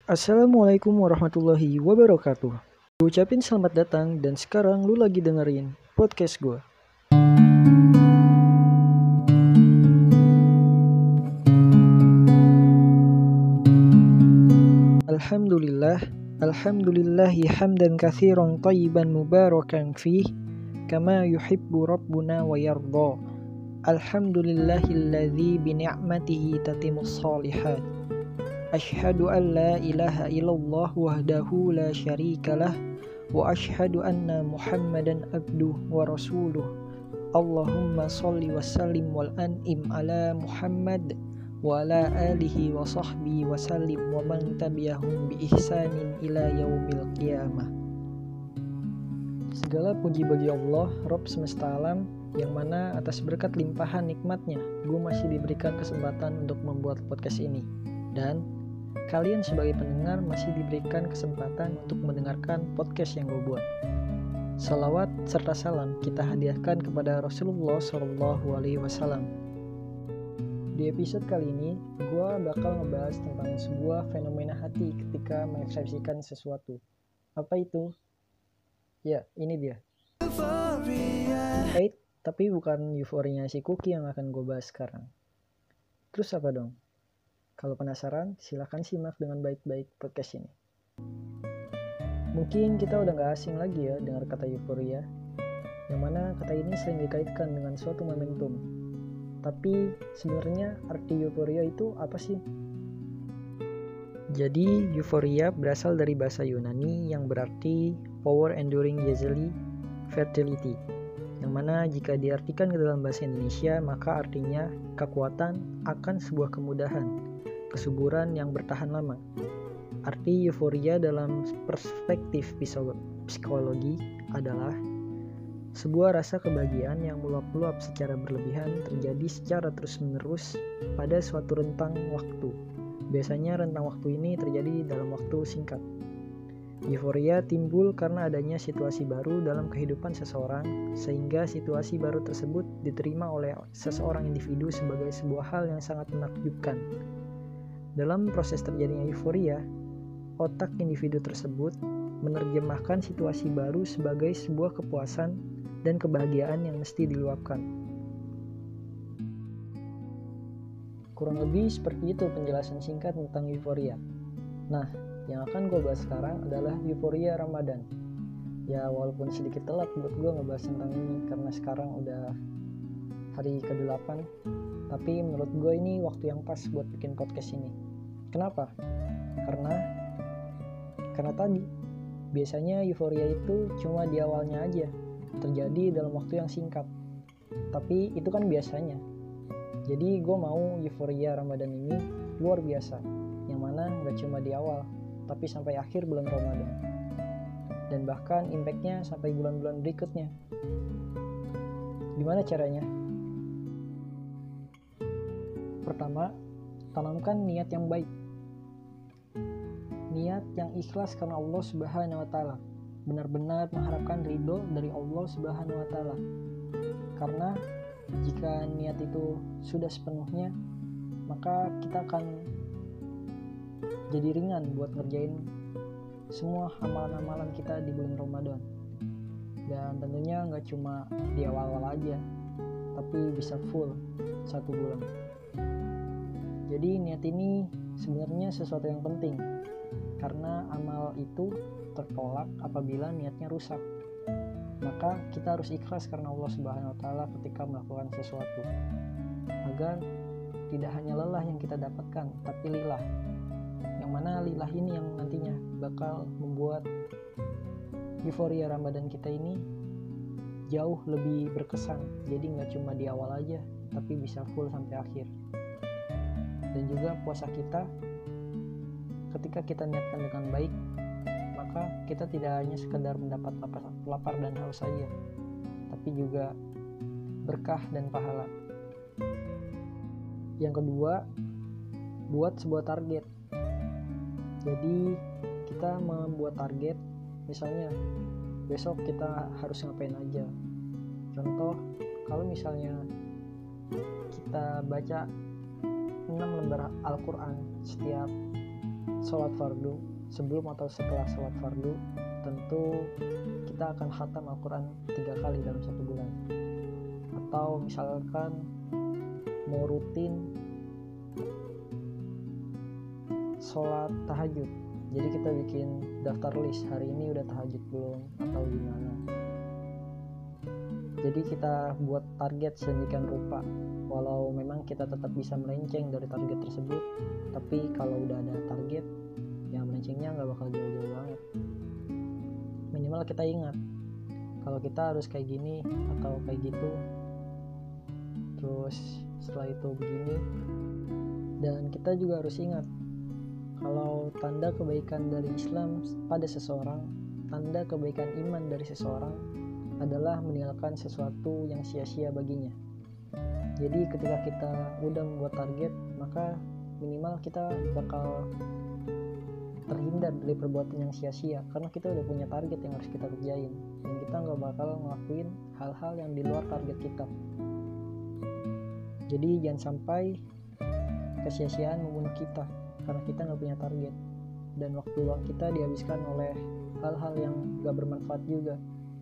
Assalamualaikum warahmatullahi wabarakatuh. Gue ucapin selamat datang dan sekarang lu lagi dengerin podcast gue. Alhamdulillahi hamdan katsiran thayyiban mubarakan fih kama yuhibbu rabbuna wa yardha. Alhamdulillahilladzi bi ni'matihi tatimmus shalihat. Asyhadu an la ilaha illallah wahdahu la syarikalah wa asyhadu anna Muhammadan abduhu wa rasuluh. Allahumma sholli wa sallim wal an'im ala Muhammad wa ala alihi wa sahbihi wa sallim wa man tabi'ahum bi ihsanin ila yaumil qiyamah. Segala puji bagi Allah, Rabb semesta alam, yang mana atas berkat limpahan nikmatnya gue masih diberikan kesempatan untuk membuat podcast ini. Dan kalian sebagai pendengar masih diberikan kesempatan untuk mendengarkan podcast yang gue buat. Salawat serta salam kita hadiahkan kepada Rasulullah SAW. Di episode kali ini, gue bakal ngebahas tentang sebuah fenomena hati ketika mengekspresikan sesuatu. Apa itu? Ya, ini dia. Tapi bukan euforianya si Cookie yang akan gue bahas sekarang. Terus apa dong? Kalau penasaran, silahkan simak dengan baik-baik podcast ini. Mungkin kita udah gak asing lagi ya dengar kata euforia, yang mana kata ini sering dikaitkan dengan suatu momentum. Tapi sebenarnya arti euforia itu apa sih? Jadi euforia berasal dari bahasa Yunani yang berarti power enduring easily fertility, yang mana jika diartikan ke dalam bahasa Indonesia maka artinya kekuatan akan sebuah kemudahan, kesuburan yang bertahan lama. Arti euforia dalam perspektif psikologi adalah sebuah rasa kebahagiaan yang meluap-luap secara berlebihan terjadi secara terus-menerus pada suatu rentang waktu. Biasanya rentang waktu ini terjadi dalam waktu singkat. Euforia timbul karena adanya situasi baru dalam kehidupan seseorang, sehingga situasi baru tersebut diterima oleh seseorang individu sebagai sebuah hal yang sangat menakjubkan. Dalam proses terjadinya euforia, otak individu tersebut menerjemahkan situasi baru sebagai sebuah kepuasan dan kebahagiaan yang mesti diluapkan. Kurang lebih seperti itu penjelasan singkat tentang euforia. Nah, yang akan gue bahas sekarang adalah euforia Ramadan. Ya, walaupun sedikit telat buat gue ngebahas tentang ini karena sekarang udah hari ke-8, tapi menurut gue ini waktu yang pas buat bikin podcast ini. Kenapa? Karena tadi biasanya euforia itu cuma di awalnya aja, terjadi dalam waktu yang singkat. Tapi itu kan biasanya. Jadi gue mau euforia Ramadan ini luar biasa, yang mana gak cuma di awal, tapi sampai akhir bulan Ramadan. Dan bahkan impactnya sampai bulan-bulan berikutnya. Gimana caranya? Pertama, tanamkan niat yang baik. Niat yang ikhlas karena Allah Subhanahu wa taala. Benar-benar mengharapkan ridho dari Allah Subhanahu wa taala. Karena jika niat itu sudah sepenuhnya, maka kita akan jadi ringan buat ngerjain semua amalan-amalan kita di bulan Ramadan. Dan tentunya nggak cuma di awal-awal aja, tapi bisa full 1 bulan. Jadi niat ini sebenarnya sesuatu yang penting, karena amal itu tertolak apabila niatnya rusak. Maka kita harus ikhlas karena Allah Subhanahu wa taala ketika melakukan sesuatu, agar tidak hanya lelah yang kita dapatkan, tapi lillah. Yang mana lillah ini yang nantinya bakal membuat euforia Ramadan kita ini jauh lebih berkesan. Jadi gak cuma di awal aja, tapi bisa full sampai akhir. Dan juga puasa kita, ketika kita niatkan dengan baik, maka kita tidak hanya sekedar mendapat lapar dan haus saja, tapi juga berkah dan pahala. Yang kedua, buat sebuah target. Jadi kita membuat target, misalnya besok kita harus ngapain aja. Contoh, kalau misalnya kita baca 6 lembar Al-Quran setiap sholat fardu, sebelum atau setelah sholat fardu, tentu kita akan khatam Al-Quran 3 kali dalam 1 bulan. Atau misalkan mau rutin sholat tahajud, jadi kita bikin daftar list, hari ini udah tahajud belum atau gimana. Jadi kita buat target sedemikian rupa, walau memang kita tetap bisa melenceng dari target tersebut, tapi kalau udah ada target, ya melencengnya nggak bakal jauh-jauh banget. Minimal kita ingat kalau kita harus kayak gini atau kayak gitu, terus setelah itu begini. Dan kita juga harus ingat kalau tanda kebaikan dari Islam pada seseorang, tanda kebaikan iman dari seseorang adalah meninggalkan sesuatu yang sia-sia baginya. Jadi ketika kita udah membuat target, maka minimal kita bakal terhindar dari perbuatan yang sia-sia, karena kita udah punya target yang harus kita kerjain, dan kita nggak bakal ngelakuin hal-hal yang di luar target kita. Jadi jangan sampai kesia-siaan membunuh kita karena kita nggak punya target, dan waktu luang kita dihabiskan oleh hal-hal yang nggak bermanfaat juga.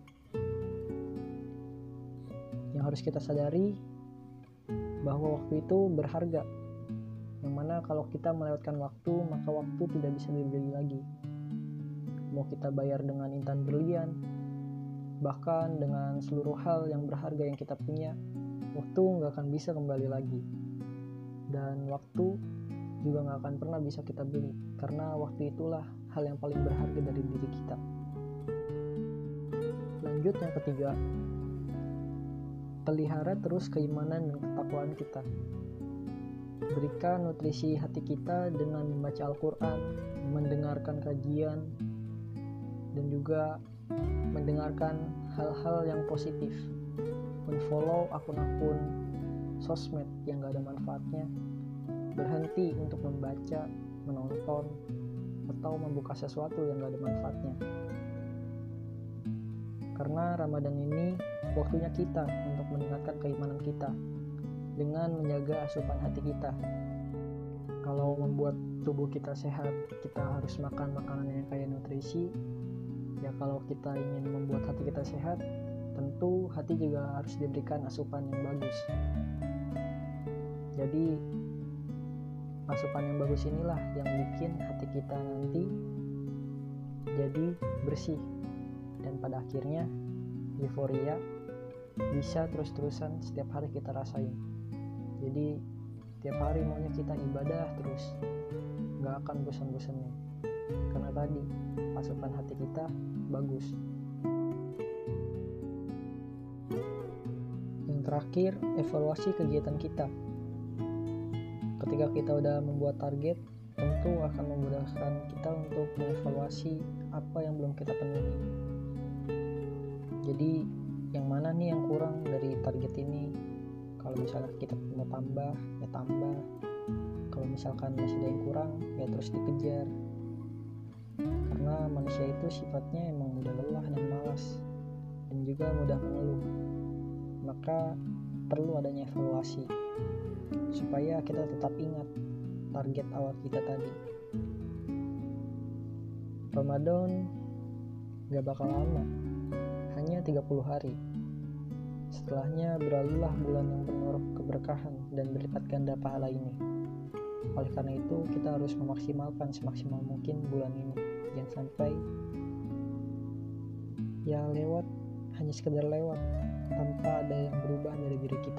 Yang harus kita sadari bahwa waktu itu berharga, yang mana kalau kita melewatkan waktu, maka waktu tidak bisa dibeli lagi. Mau kita bayar dengan intan berlian, bahkan dengan seluruh hal yang berharga yang kita punya, waktu nggak akan bisa kembali lagi. Dan waktu juga nggak akan pernah bisa kita beli, karena waktu itulah hal yang paling berharga dari diri kita. Lanjut yang ketiga, pelihara terus keimanan dan ketakwaan kita. Berikan nutrisi hati kita dengan membaca Al-Quran, mendengarkan kajian, dan juga mendengarkan hal-hal yang positif. Unfollow akun-akun sosmed yang gak ada manfaatnya. Berhenti untuk membaca, menonton, atau membuka sesuatu yang gak ada manfaatnya. Karena Ramadan ini waktunya kita untuk meningkatkan keimanan kita dengan menjaga asupan hati kita. Kalau membuat tubuh kita sehat, kita harus makan makanan yang kaya nutrisi. Ya kalau kita ingin membuat hati kita sehat, tentu hati juga harus diberikan asupan yang bagus. Jadi asupan yang bagus inilah yang bikin hati kita nanti jadi bersih, dan pada akhirnya euforia bisa terus-terusan setiap hari kita rasain. Jadi tiap hari maunya kita ibadah terus, gak akan bosan-bosannya, karena tadi asupan hati kita bagus. Yang terakhir, evaluasi kegiatan kita. Ketika kita udah membuat target, tentu akan memudahkan kita untuk mengevaluasi apa yang belum kita penuhi. Jadi yang mana nih yang kurang dari target ini? Kalau misalnya kita mau tambah, ya tambah. Kalau misalkan masih ada yang kurang, ya terus dikejar. Karena manusia itu sifatnya emang mudah lelah dan malas, dan juga mudah mengeluh. Maka perlu adanya evaluasi supaya kita tetap ingat target awal kita tadi. Ramadan gak bakal lama, hanya 30 hari. Setelahnya berlalulah bulan yang penuh keberkahan dan berlipat ganda pahala ini. Oleh karena itu kita harus memaksimalkan semaksimal mungkin bulan ini. Jangan sampai ya lewat, hanya sekedar lewat tanpa ada yang berubah dari diri kita.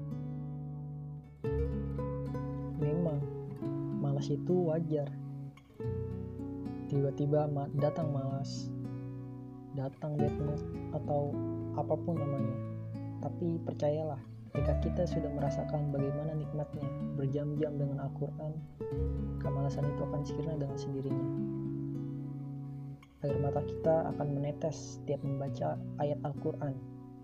Memang malas itu wajar. Tiba-tiba datang malas, datang bad mood, atau apapun namanya. Tapi percayalah, ketika kita sudah merasakan bagaimana nikmatnya berjam-jam dengan Al-Quran, kemalasan itu akan sirna dengan sendirinya. Air mata kita akan menetes setiap membaca ayat Al-Quran.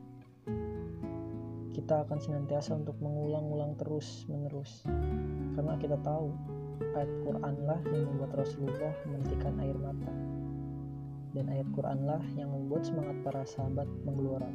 Kita akan senantiasa untuk mengulang-ulang terus-menerus, karena kita tahu ayat Quranlah yang membuat Rasulullah menghentikan air mata, dan ayat Quranlah yang membuat semangat para sahabat menggelora.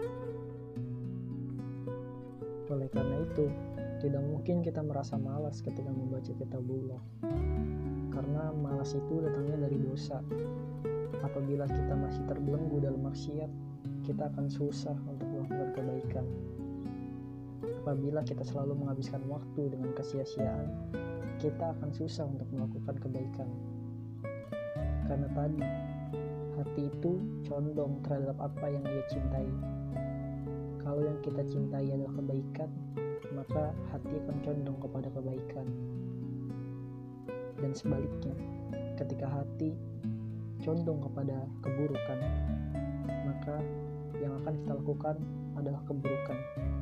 Oleh karena itu, tidak mungkin kita merasa malas ketika membaca kitabullah, karena malas itu datangnya dari dosa. Apabila kita masih terbelenggu dalam maksiat, kita akan susah untuk melakukan kebaikan. Apabila kita selalu menghabiskan waktu dengan kesia-siaan, kita akan susah untuk melakukan kebaikan. Karena tadi, hati itu condong terhadap apa yang dia cintai. Kalau yang kita cintai adalah kebaikan, maka hati akan condong kepada kebaikan. Dan sebaliknya, ketika hati condong kepada keburukan, maka yang akan kita lakukan adalah keburukan.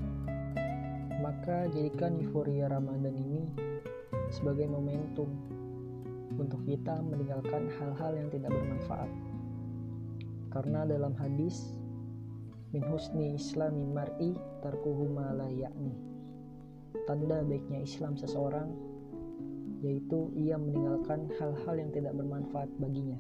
Maka jadikan euforia Ramadan ini sebagai momentum untuk kita meninggalkan hal-hal yang tidak bermanfaat. Karena dalam hadis, min husni islami mar'i tarkuhu ma la ya'ni. Tanda baiknya Islam seseorang yaitu ia meninggalkan hal-hal yang tidak bermanfaat baginya.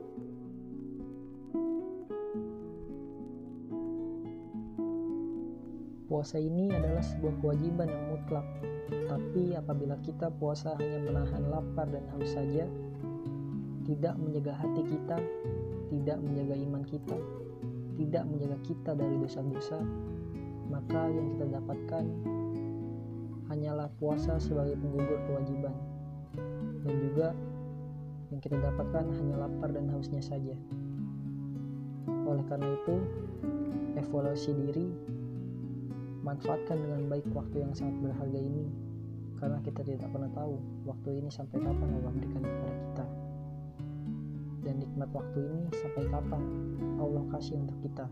Puasa ini adalah sebuah kewajiban yang mutlak, tapi apabila kita puasa hanya menahan lapar dan haus saja, tidak menjaga hati kita, tidak menjaga iman kita, tidak menjaga kita dari dosa-dosa, maka yang kita dapatkan hanyalah puasa sebagai penggugur kewajiban, dan juga yang kita dapatkan hanya lapar dan hausnya saja. Oleh karena itu, evaluasi diri, manfaatkan dengan baik waktu yang sangat berharga ini, karena kita tidak pernah tahu waktu ini sampai kapan Allah berikan kepada kita, dan nikmat waktu ini sampai kapan Allah kasih untuk kita.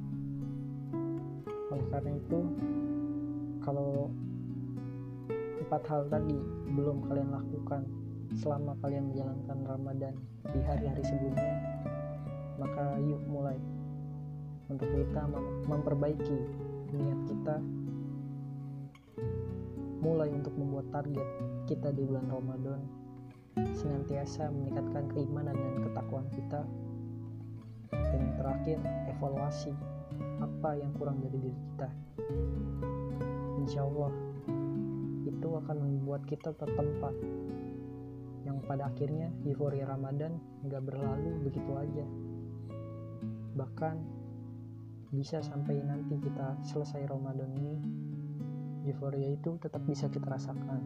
Oleh karena itu, kalau 4 hal tadi belum kalian lakukan selama kalian menjalankan Ramadan di hari-hari sebelumnya, maka yuk mulai untuk kita memperbaiki niat kita, mulai untuk membuat target kita di bulan Ramadan, senantiasa meningkatkan keimanan dan ketakwaan kita, dan yang terakhir, evaluasi apa yang kurang dari diri kita. Insya Allah itu akan membuat kita tertempa, yang pada akhirnya euforia Ramadan gak berlalu begitu aja, bahkan bisa sampai nanti kita selesai Ramadan ini, euforia itu tetap bisa kita rasakan.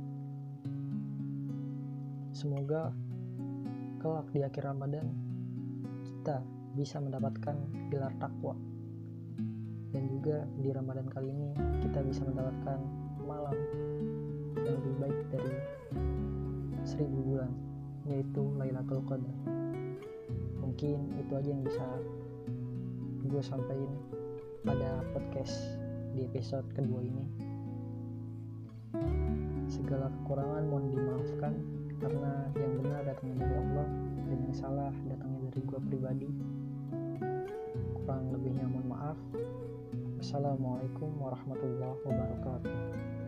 Semoga kelak di akhir Ramadan kita bisa mendapatkan gelar takwa, dan juga di Ramadan kali ini kita bisa mendapatkan malam yang lebih baik dari 1000 bulan, yaitu Lailatul Qadar. Mungkin itu aja yang bisa gue sampaikan pada podcast di episode kedua ini. Segala kekurangan mohon dimaafkan, karena yang benar datangnya dari Allah dan yang salah datangnya dari gue pribadi. Kurang lebihnya mohon maaf. Assalamualaikum warahmatullahi wabarakatuh.